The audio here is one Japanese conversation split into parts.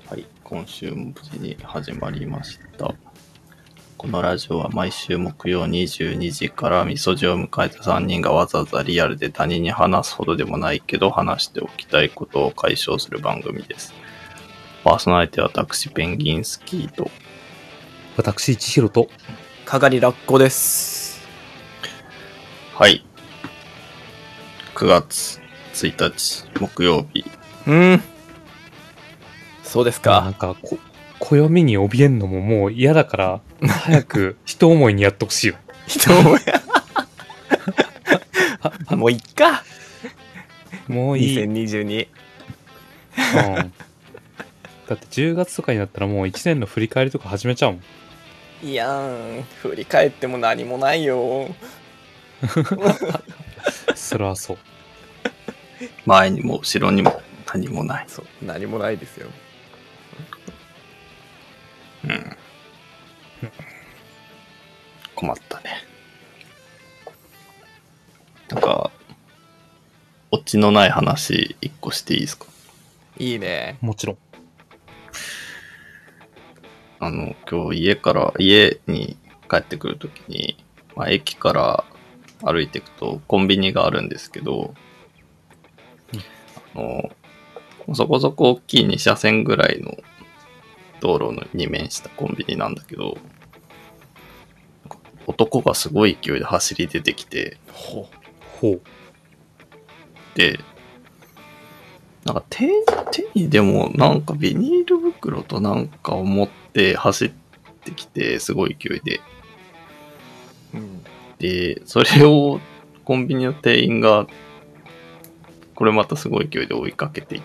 はい、今週も無事に始まりました。このラジオは毎週木曜22時からみそじを迎えた3人がわざわざリアルで他人に話すほどでもないけど話しておきたいことを解消する番組です。パーソナリティは私ペンギンスキーと私千尋とかがりラッコです。 はい、9月1日木曜日。 そうですなんか。 か暦に怯えんのももう嫌だから早く一思いにやってほしいよ。 人ももういっか。 もういい。 2022。 だって10月とかになったらもう1年の振り返りとか始めちゃうもん。 いやん、振り返っても何もないよ。 それはそう。 前にも後ろにも何もない。 そう、何もないですよ。 困ったね。なんかオチのない話一個していいですか？ いいね。 もちろん。 今日家に帰ってくるときに、駅から歩いていくとコンビニがあるんですけど、そこそこ大きい2車線ぐらいの道路に面したコンビニなんだけど、男がすごい勢いで走り出てきて、 ほう。 で、なんか手にでもなんかビニール袋となんかを持って走ってきて、すごい勢いで。で、それをコンビニの店員が、これまたすごい勢いで追いかけていって、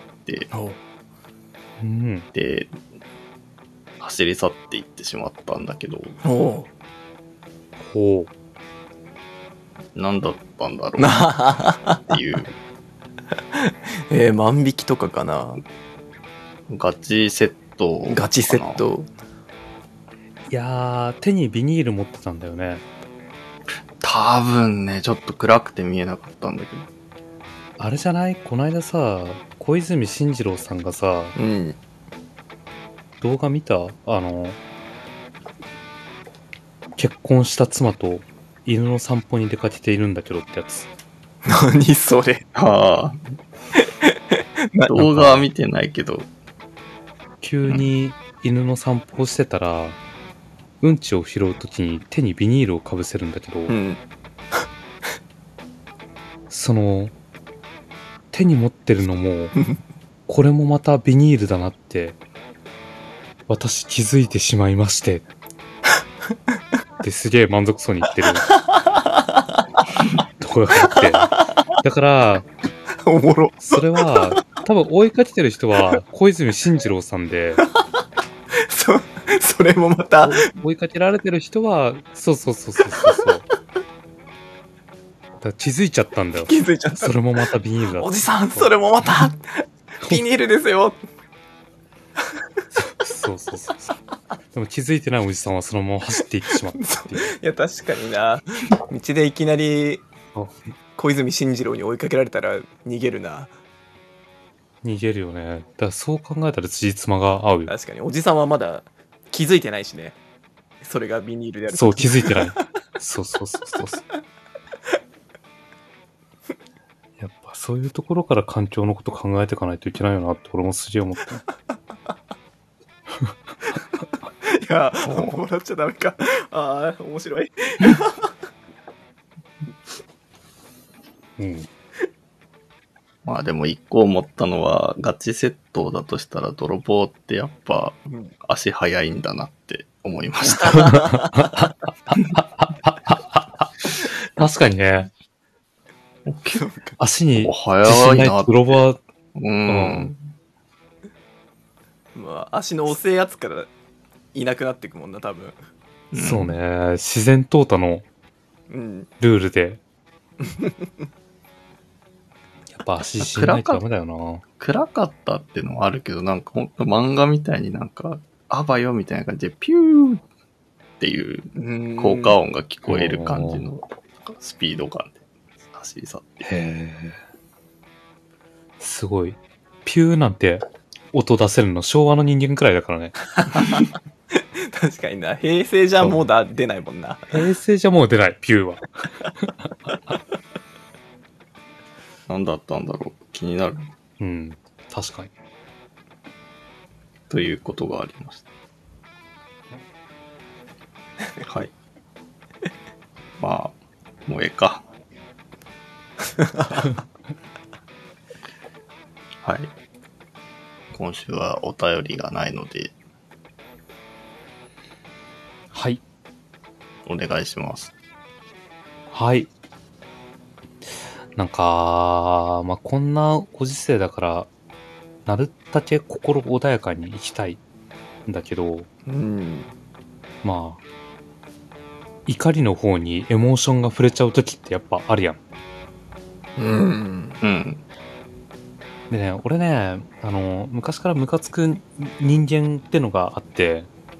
で、走り去っていってしまったんだけど、何だったんだろうっていう。 万引きとかかな。 ガチセット。 ガチセット。 いやー、手にビニール持ってたんだよね。 多分ね、ちょっと暗くて見えなかったんだけど。 あれじゃない？こないださ、小泉進次郎さんがさ、動画見た？結婚した妻と犬の散歩に出かけているんだけどってやつ。 何それ。 ああ。動画は見てないけど。 急に犬の散歩をしてたら、うんちを拾うときに手にビニールをかぶせるんだけど、その手に持ってるのもこれもまたビニールだなって私気づいてしまいましてってすげえ満足そうに言ってるところがあって、だからおもろ。 それは多分追いかけてる人は小泉進次郎さんで、 それもまた追いかけられてる人はそうだから気づいちゃったんだよ。 気づいちゃった。 それもまたビニールだ。 おじさん、それもまたビニールですよ。 そうでも気づいてないおじさんはそのまま走っていってしまったっていう。 いや、確かにな。道でいきなり小泉進次郎に追いかけられたら逃げるな。 逃げるよね。だからそう考えたら辻褄が合うよ。確かにおじさんはまだ気づいてないしね。それがビニールである。 そう、気づいてない。そうやっぱそういうところから環境のこと考えていかないといけないよなって俺もすげえ思った。 いや、もらっちゃダメか。ああ、面白い。 まあでも一個思ったのは、ガチ窃盗だとしたら泥棒ってやっぱ足早いんだなって思いました。 確かにね。足に早いなって。 泥棒は、 まあ、足の遅いやつからいなくなっていくもんな、多分。 そうね。自然淘汰のルールで。やっぱ足しないとダメだよな。 暗かったっていうのはあるけど、なんかほんと漫画みたいになんか、あばよみたいな感じでピューっていう効果音が聞こえる感じのスピード感で走り去って。 へー。すごい。ピューなんて音出せるの昭和の人間くらいだからね。 確かにな。平成じゃもう出ないもんな。 平成じゃもう出ない、ピューは。 何だったんだろう。気になる。 うん、確かに。 ということがありました。はい。まあ、もうええか。はい。今週はお便りがないので、 はい。 お願いします。 はい。なんか、まあ、こんなご時世だから、なるだけ心穏やかに生きたいんだけど、 うん。 まあ、怒りの方にエモーションが触れちゃう時ってやっぱあるやん。 うん。 うん。 でね、俺ね、昔からムカつく人間ってのがあって、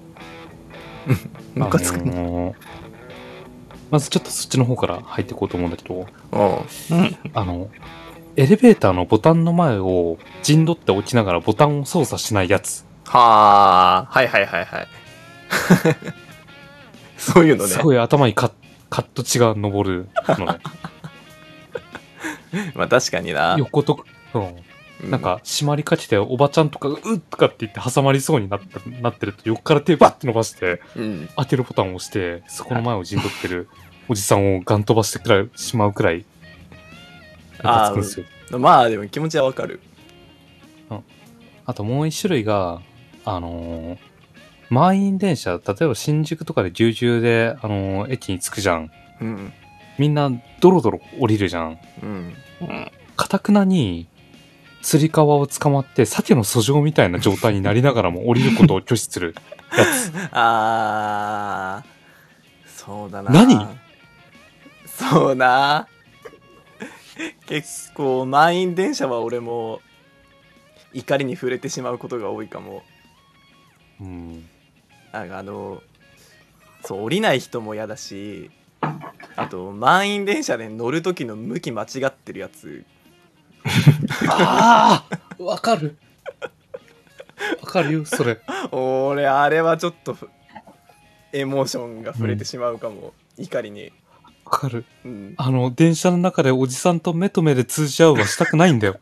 ムカつくまずちょっとそっちの方から入っていこうと思うんだけど、 うんエレベーターのボタンの前を陣取って置きながらボタンを操作しないやつ。 はあ、はいはいはいはい。そういうのね。 すごい頭にカット値が昇るのね。 まあ確かにな。 横と、なんか締まりかけておばちゃんとかがうっとかって言って挟まりそうになってると横から手バッて伸ばして開けるボタンを押してそこの前を陣取ってるおじさんをガン飛ばしてしまうくらいムカつくんですよ。 まあでも気持ちはわかる。 あともう一種類が満員電車、例えば新宿とかでぎゅうぎゅうで駅に着くじゃん。 うん。 みんなドロドロ降りるじゃん。 うん。 かたくなに釣り革を捕まって鮭の訴状みたいな状態になりながらも降りることを拒否するやつ。 あー、そうだな。 何？ そうな。結構満員電車は俺も怒りに触れてしまうことが多いかも。 うん。 なんかそう降りない人も嫌だし、あと満員電車で乗る時の向き間違ってるやつ。 ああ、わかる。わかるよそれ。 俺あれはちょっとエモーションが触れてしまうかも、怒りに。 わかる。 うん、 電車の中でおじさんと目と目で通じ合うはしたくないんだよ。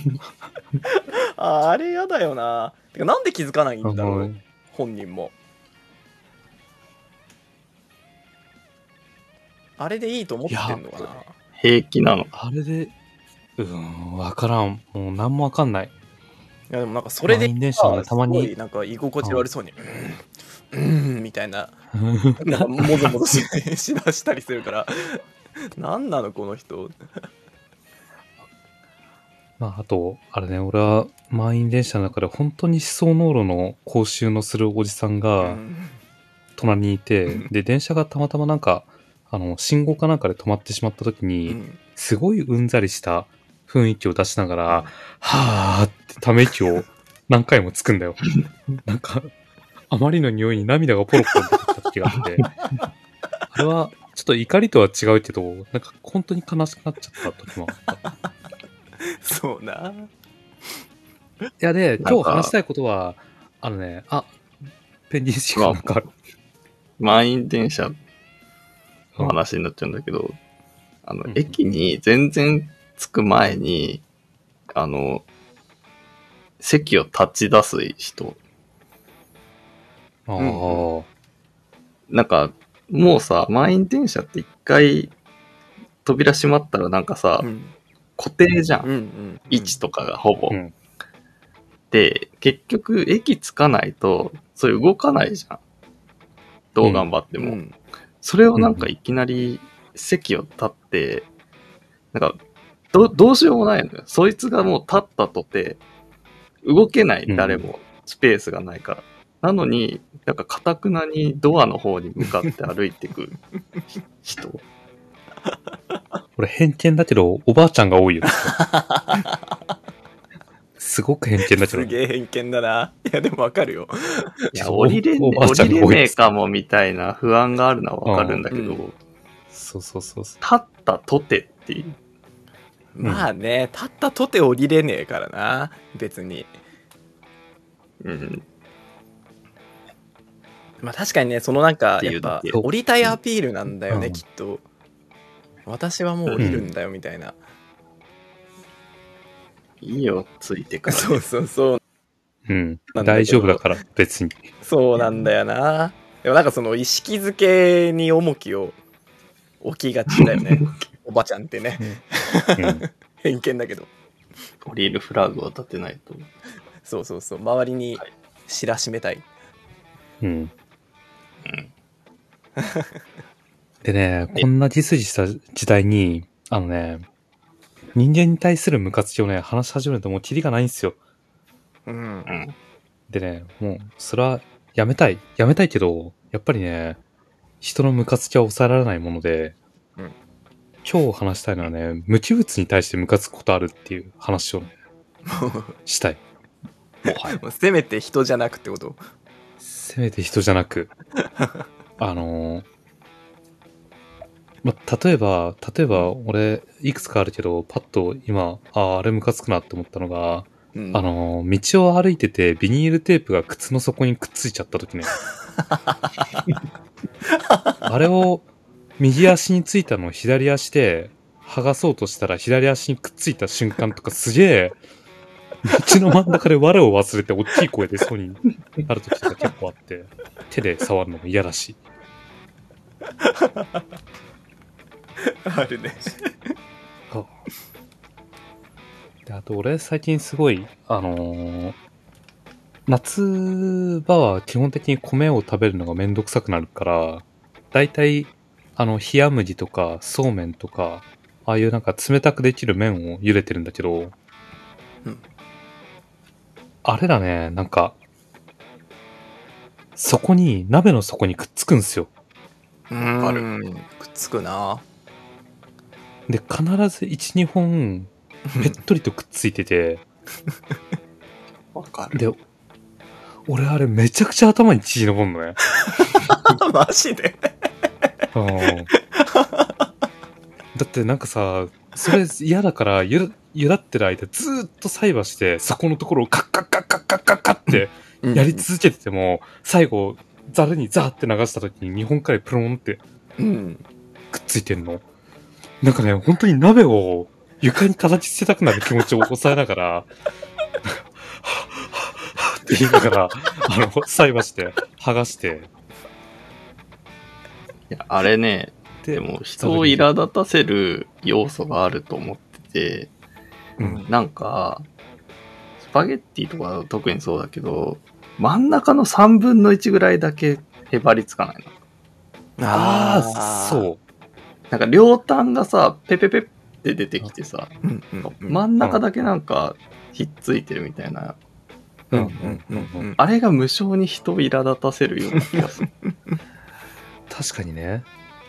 あれやだよな。てかなんで気づかないんだろう、本人も。あれでいいと思ってんのかな。 平気なの。 あれでわからん。もう何もわかんない。 いやでもなんかそれで満員電車のたまにすごいなんか居心地悪そうにみたいななんかもぞもぞしだしたりするからなんなのこの人。 まあ、あと、あれね、俺は満員電車の中で本当に思想濃度の講習のするおじさんが隣にいて、で、電車がたまたまなんか、信号かなんかで止まってしまった時に、すごいうんざりした雰囲気を出しながら、はーってため息を何回もつくんだよ。なんか、あまりの匂いに涙がポロポロ出てきた時があって、あれはちょっと怒りとは違うけど、なんか本当に悲しくなっちゃった時もあった。 そうな。 いやで、今日話したいことは、ペンディンシがなんかある。 満員電車の話になっちゃうんだけど、駅に全然着く前に、席を立ち出す人。なんか、もうさ、満員電車って一回扉閉まったらなんかさ、固定じゃん。位置とかがほぼ。で、結局駅着かないと、それ動かないじゃん。どう頑張っても。それをなんかいきなり席を立って、なんか、どうしようもないのよ。そいつがもう立ったとて、動けない、誰も。スペースがないから。なのに、なんか、堅くなにドアの方に向かって歩いてくる人。 俺偏見だけど、おばあちゃんが多いよ。すごく偏見だけど。 すげえ偏見だな。いや、でもわかるよ。 いや、降りれねえかもみたいな不安があるのはわかるんだけど、 そう。立ったとてっていう。 まあね、立ったとて降りれねえからな、別に。 うん。 まあ確かにね、そのなんかってやっぱいうだけ降りたいアピールなんだよね、 うんきっと。私はもう降りるんだよみたいな。 いいよ、ついてから。 そうそうそううん。 なんだけど大丈夫だから、別に。 そうなんだよな。でもなんかその意識づけに重きを置きがちだよね。おばちゃんってね。 うん。 偏見だけど。 降りるフラグを立てないと。 そうそうそう。周りに知らしめたい。 うん。でね、こんなディスリした時代に、人間に対するムカつきをね、話し始めるともうキリがないんですよ。 うん。 うん。 でね、もう、それは、やめたいけど、やっぱりね、人のムカつきは抑えられないもので、 うん今日話したいのはね、無機物に対してムカつくことあるっていう話をね、したい。 もはや。 もうせめて人じゃなくってこと。 せめて人じゃなく、例えば、俺、いくつかあるけど、パッと今、あれムカつくなって思ったのが、 うん、 道を歩いてて、ビニールテープが靴の底にくっついちゃった時ね。あれを、右足についたのを左足で、剥がそうとしたら左足にくっついた瞬間とかすげえ、道の真ん中で我を忘れて大きい声出そうになる時とか結構あって、手で触るのも嫌だし。 あるね。 で、あと俺最近すごい、夏場は基本的に米を食べるのがめんどくさくなるから、だいたい、冷麦とかそうめんとか、ああいうなんか冷たくできる麺を茹でてるんだけど、 うんあれだね、なんか、鍋の底にくっつくんすよ。 ある。くっつくな。 で、必ず1、2本、ぺっとりとくっついてて、 わかる。 で、俺あれめちゃくちゃ頭に血残んのね。 マジで。 うんだってなんかさ、それ嫌だからゆだってる間ずーっと菜箸してそこのところをカッカッカッカッカッカッカッってやり続けてても、最後ザルにザーって流した時に2本くらいプロンってうん。 くっついてんの。なんかね、本当に鍋を床に叩きつけたくなる気持ちを抑えながら、はぁはぁって言いながら、菜箸で剥がして、 いや、あれね、でも人を苛立たせる要素があると思ってて、 うんなんか、スパゲッティとか特にそうだけど、真ん中の3分の1ぐらいだけへばりつかないの。 そう。 なんか両端がさ、ペペペって出てきてさ、 うん真ん中だけなんかひっついてるみたいな。 うんあれが無性に人を苛立たせるような気がする。 確かにね。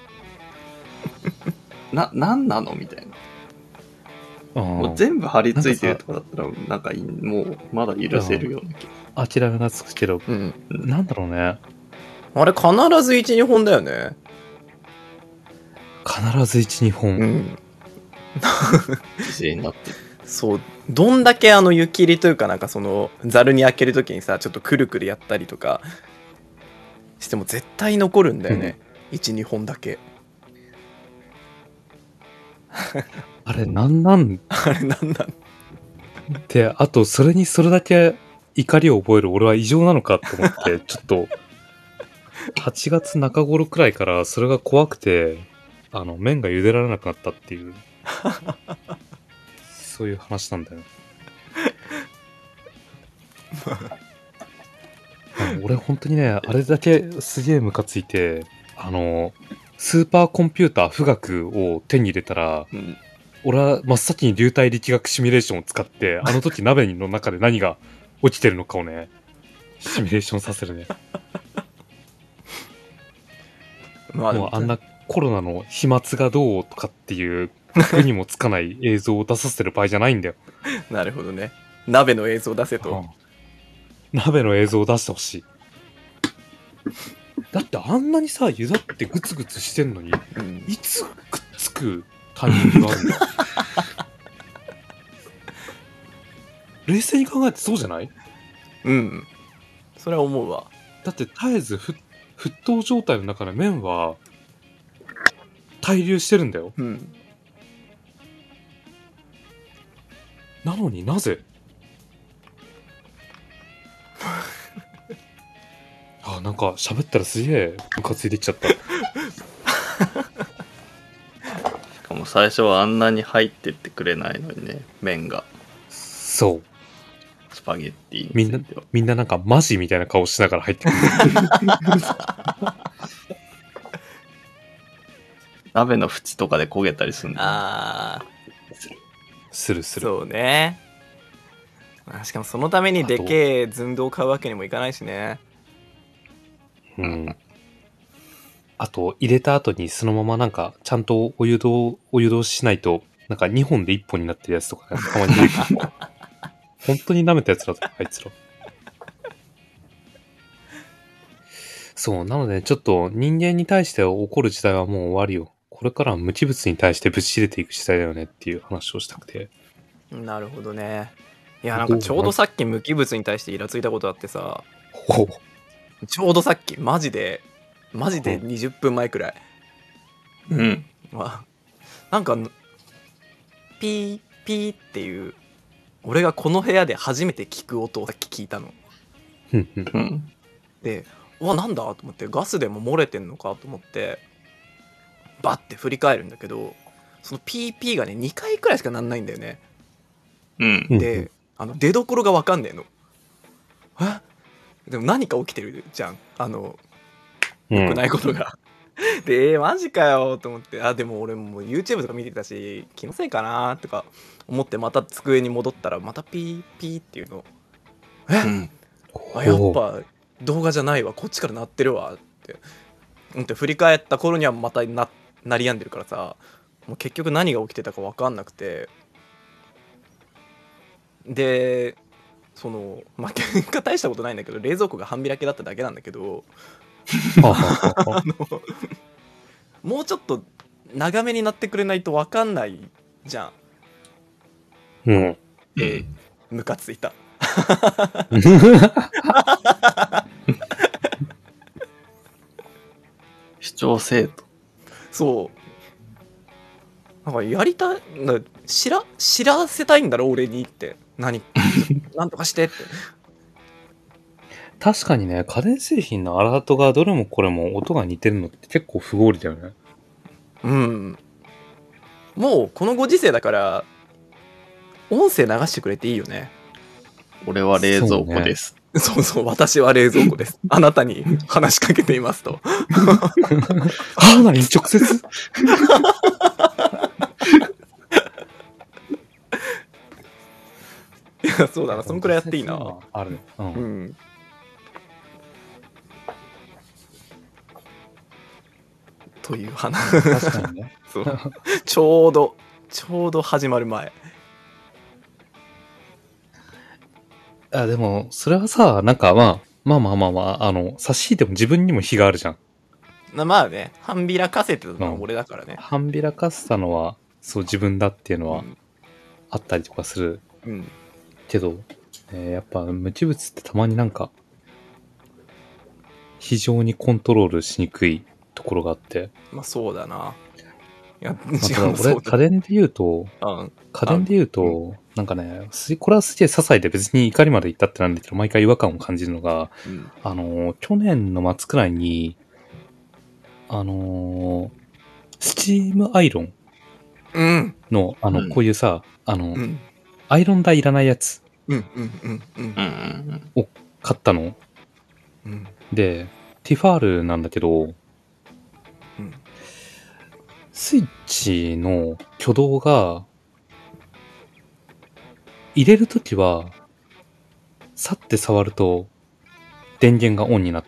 なんなのみたいな。もうう全部張り付いてるとかだったら、なんかもうまだ許せるような気が。 諦めがつくけど、 うん。 なんだろうね。 あれ必ず1、2本だよね。 必ず1、2本。 ん。 犠牲になってる。 そう。どんだけ湯切りというかなんかその、ざるに開けるときにさ、ちょっとくるくるやったりとかしても絶対残るんだよね。1、2本だけ。 あれ、なんなんあれなんなんで、あと、それにそれだけ怒りを覚える俺は異常なのかと思って、ちょっと、8月中頃くらいからそれが怖くて、麺が茹でられなくなったっていう、そういう話なんだよ。俺本当にね、あれだけすげえムカついて、スーパーコンピューター富岳を手に入れたら、俺は真っ先に流体力学シミュレーションを使って、あの時鍋の中で何が起きてるのかをね、シミュレーションさせるね。 まあ、 もうあんなコロナの飛沫がどうとかっていう目にもつかない映像を出させてる場合じゃないんだよ。 なるほどね。鍋の映像出せと。 鍋の映像を出してほしい。だってあんなにさ、茹だってグツグツしてんのに、いつくっつくタイミングがあるんだ冷静に考えてそうじゃない？ うん。 それは思うわ。 だって絶えず沸騰状態の中で麺は対流してるんだよ。 うん。 なのになぜなんか喋ったらすげえムカついてきちゃった。 しかも最初はあんなに入ってってくれないのにね、麺が。 そう。 スパゲッティみんなについては。 みんななんかマジみたいな顔しながら入ってくる。 鍋の縁とかで焦げたりするんだよ。 あする。 そうね。しかもそのためにでけえ寸胴を買うわけにもいかないしね。 うん。あと、入れた後にそのままなんか、ちゃんとお湯通しないと、なんか2本で1本になってるやつとか、ね、たまに出てくる。本当に舐めたやつだと、あいつら。そう、なのでちょっと人間に対して起こる時代はもう終わりよ。これからは無機物に対してぶち入れていく時代だよねっていう話をしたくて。 なるほどね。いや、なんかちょうどさっき無機物に対してイラついたことあってさ、 ほう。 ちょうどさっきマジで20分前くらい、 うん。 なんかピーピーっていう俺がこの部屋で初めて聞く音をさっき聞いたのうんで、うわなんだと思って、ガスでも漏れてんのかと思ってバッて振り返るんだけど、そのピーピーがね2回くらいしかなんないんだよね。 うん。 で、出どころが分かんねえの。でも何か起きてるじゃん、良くないことが。で、マジかよと思って、でも俺も YouTube とか見てたし気のせいかなとか思ってまた机に戻ったらまたピーピーっていうの。 うん。 やっぱ動画じゃないわ、こっちから鳴ってるわって思って振り返った頃にはまた鳴り止んでるからさ、もう結局何が起きてたか分かんなくて、で結果大したことないんだけど、冷蔵庫が半開きだっただけなんだけどもうちょっと長めになってくれないと分かんないじゃん。 うん。 ムカついた。 主張せえと。 そうなんかやりたい知らせたいんだろ俺にってなんとかしてって。 確かにね、家電製品のアラートがどれもこれも音が似てるのって結構不合理だよね。 うん。もうこのご時世だから音声流してくれていいよね。 俺は冷蔵庫です。 そう、私は冷蔵庫です。あなたに話しかけていますと。 何直接いや、そうだな、そんくらいやっていいな。 あるね。 うん。という話。 確かにね。 そうちょうど始まる前。 でも、それはさ、なんかまあ、差し引いても自分にも非があるじゃん。 まあね、半開かせてたのは俺だからね。 半開かせたのは、そう自分だっていうのはあったりとかする。 うん。 けど、やっぱ無機物ってたまになんか、非常にコントロールしにくいところがあって。 まあそうだな。いや、 違う。俺、家電で言うと、なんかね、これはすげえ些細で別に怒りまで言ったってなんだけど、毎回違和感を感じるのが、去年の末くらいに、スチームアイロンの、こういうさ、アイロン台いらないやつを買ったの。で、ティファールなんだけど、スイッチの挙動が、入れるときは、さって触ると、電源がオンになって、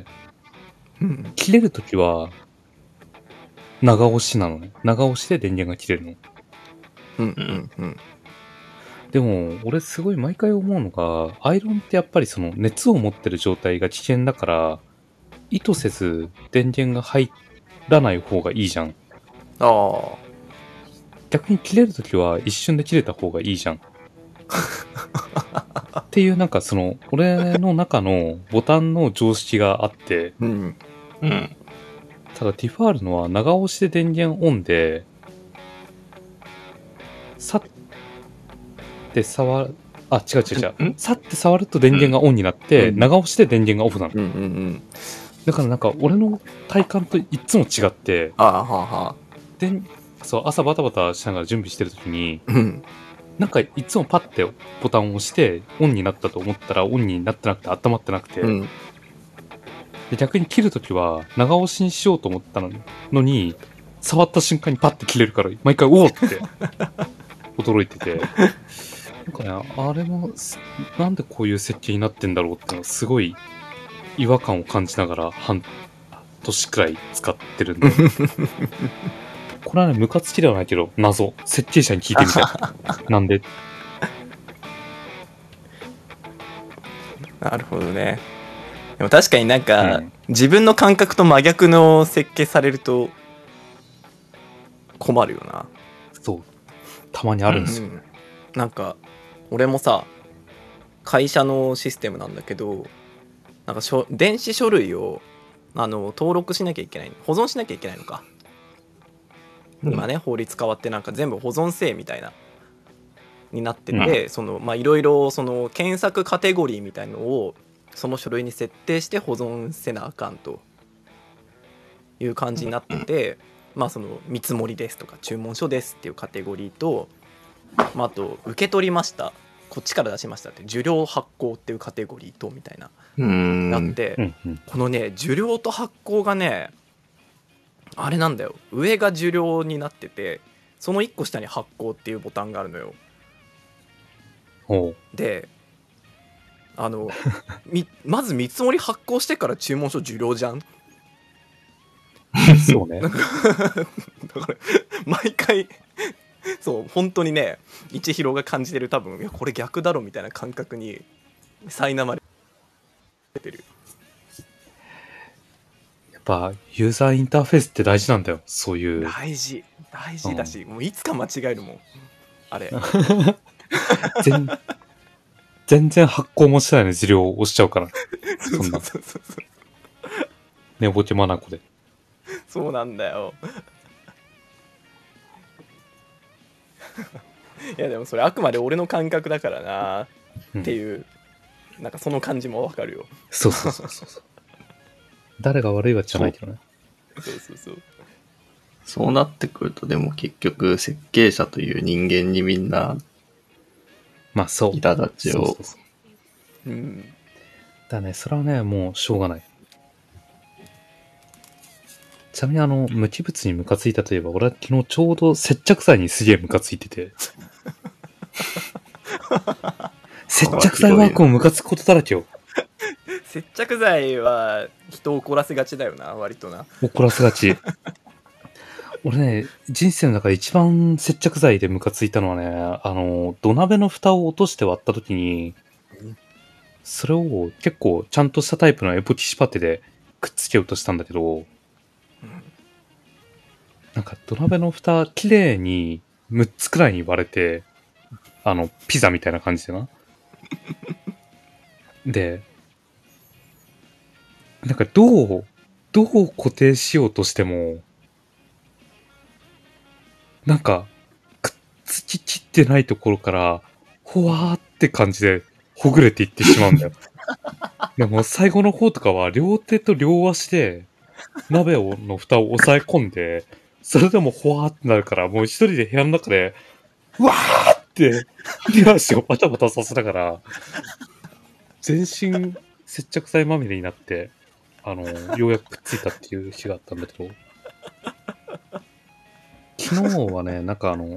切れるときは、長押しなのね。長押しで電源が切れるの。でも、俺すごい毎回思うのが、アイロンってやっぱりその熱を持ってる状態が危険だから、意図せず電源が入らない方がいいじゃん。逆に切れるときは一瞬で切れた方がいいじゃん。っっていうなんかその、俺の中のボタンの常識があって、 うん。 うん。 ただティファールのは長押しで電源オンで、さって触る、あ、違う違う違う。さって触ると電源がオンになって、長押しで電源がオフなの。 うんうんうん。 だからなんか俺の体感といつも違って、 ああ、はあはあ。 で、そう、朝バタバタしながら準備してるときに、 うん。 なんかいつもパッてボタンを押してオンになったと思ったらオンになってなくて温まってなくて、 うん。 で逆に切るときは長押しにしようと思ったのに触った瞬間にパッて切れるから毎回おおって驚いてて、なんかね、あれもなんでこういう設計になってんだろうってのはすごい違和感を感じながら半年くらい使ってるんでこれはね、ムカつきではないけど謎、設計者に聞いてみたいなんで。 なるほどね。でも確かになんか、 うん、 自分の感覚と真逆の設計されると困るよな。 そう、たまにあるんですよ、 うん、なんか俺もさ、会社のシステムなんだけど、なんか電子書類を登録しなきゃいけない、保存しなきゃいけないのか、今ね法律変わってなんか全部保存制みたいなになってて、 うん、 そのまあいろいろその検索カテゴリーみたいのをその書類に設定して保存せなあかんという感じになってて、まあその見積もりですとか注文書ですっていうカテゴリーと、まあ、あと受け取りましたこっちから出しましたって受領発行っていうカテゴリーとみたいなあって、 うんうん、 このね受領と発行がねあれなんだよ、上が受領になっててその1個下に発行っていうボタンがあるのよ。でまず見積もり発行してから注文書受領じゃんそうねだから毎回そう本当にね一広が感じてる、多分いやこれ逆だろみたいな感覚に苛まれてる。 やっぱユーザーインターフェースって大事なんだよ、そういう。 大事だし、もういつか間違えるもんあれ全然発行もしてないのに受領を押しちゃうからそんな寝ぼけまなこで。 そうなんだよいやでもそれあくまで俺の感覚だからな、っていうなんかその感じもわかるよ。 そう誰が悪いわけじゃないけどね。 そうなってくるとでも結局設計者という人間にみんなまあそう苛立ちを、 うん、 だね、それはねもうしょうがない。ちなみに無機物にムカついたといえば、俺は昨日ちょうど接着剤にすげえムカついてて接着剤ワークもムカつくことだらけよ。 接着剤は人を怒らせがちだよな、割とな。 怒らせがち俺ね、人生の中で一番接着剤でムカついたのはね、土鍋の蓋を落として割った時に、それを結構ちゃんとしたタイプのエポキシパテでくっつけようとしたんだけど、なんか土鍋の蓋綺麗に6つくらいに割れて、ピザみたいな感じでな。で、なんかどう固定しようとしても、なんか、くっつききってないところから、ほわーって感じでほぐれていってしまうんだよ。でも最後の方とかは両手と両足で鍋の蓋を押さえ込んで、それでもほわーってなるから、もう一人で部屋の中で、うわーって手足をバタバタさせながら、全身接着剤まみれになって、ようやくくっついたっていう日があったんだけど、昨日はね、なんか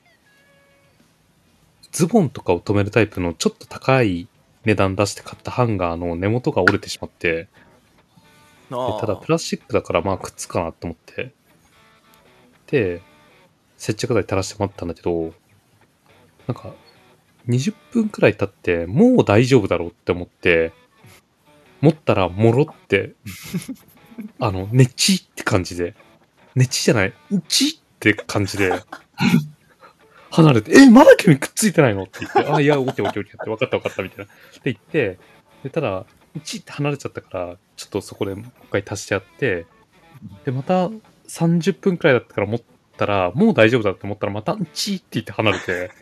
ズボンとかを留めるタイプのちょっと高い値段出して買ったハンガーの根元が折れてしまって、でただプラスチックだからまあくっつくかなと思って、で、接着剤垂らしてもらったんだけど、なんか、20分くらい経って、もう大丈夫だろうって思って、持ったら、もろって、ネチって感じで、ネチじゃない、うちって感じで、 離れて、まだ君くっついてないのって言って、いや、オッケーオッケーオッケーって、分かった分かったみたいな。って言って、で、ただ、1って離れちゃったから、ちょっとそこでもう一回足してやって、で、また30分くらいだったから持ったら、もう大丈夫だって思ったら、また1って言って離れて、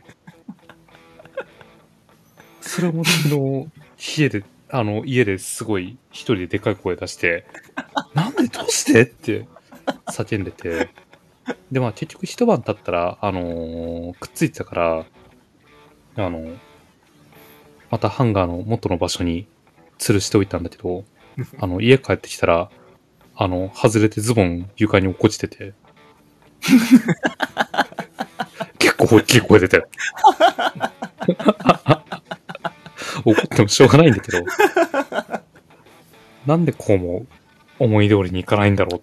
それも昨日、家ですごい一人ででかい声出して、なんでどうしてって叫んでて、で、まあ結局一晩経ったら、くっついてたから、またハンガーの元の場所に吊るしておいたんだけど、家帰ってきたら、外れてズボン床に落っこちてて、結構大きい声出たよ。怒ってもしょうがないんだけど、なんでこうも思い通りにいかないんだろう。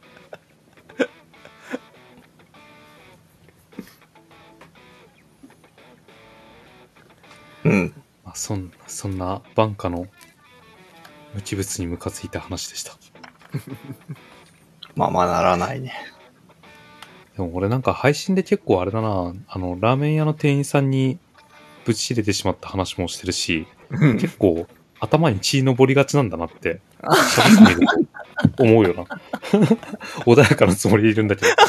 うん。 まあ、そんな晩夏の無機物にムカついた話でした。 ままならないね。 でも俺なんか配信で結構あれだな、ラーメン屋の店員さんにぶち入れてしまった話もしてるし、結構頭に血昇りがちなんだなって、喋ってみると思うよな。穏やかなつもりでいるんだけど。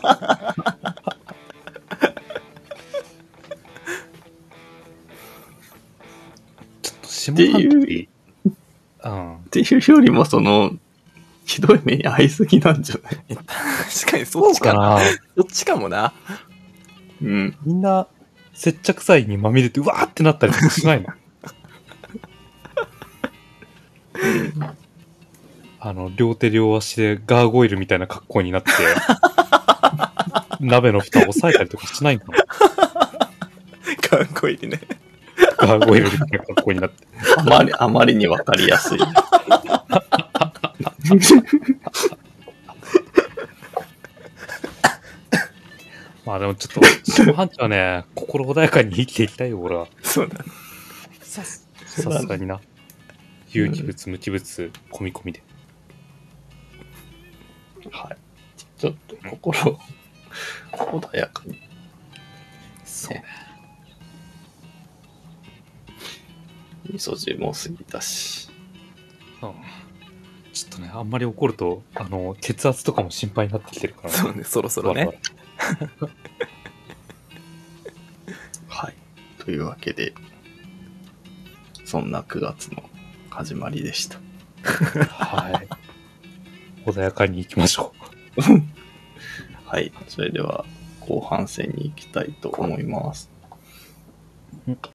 ちょっと下半期、 っていうよりもひどい目に遭いすぎなんじゃない？ 確かにそっちかな。そっちかもな。 うん。 みんな接着剤にまみれてうわーってなったりとかしないの？両手両足でガーゴイルみたいな格好になって鍋の蓋を押さえたりとかしないのかな？ かっこいいね。 ガーゴイルみたいな格好になって。 あまりにわかりやすい。 まあでもちょっと、下半期はね、心穏やかに生きていきたいよ、俺は。 そうだ。 さすがにな。有機物、無機物、込み込みで。 はい。ちょっと心穏やかに。 そうね。 味噌汁も過ぎたし。 ちょっとね、あんまり怒ると、血圧とかも心配になってきてるから、 そうね、そろそろね。 はい。というわけで、そんな9月の始まりでした。 はい。穏やかに行きましょう。 はい。それでは、後半戦に行きたいと思います。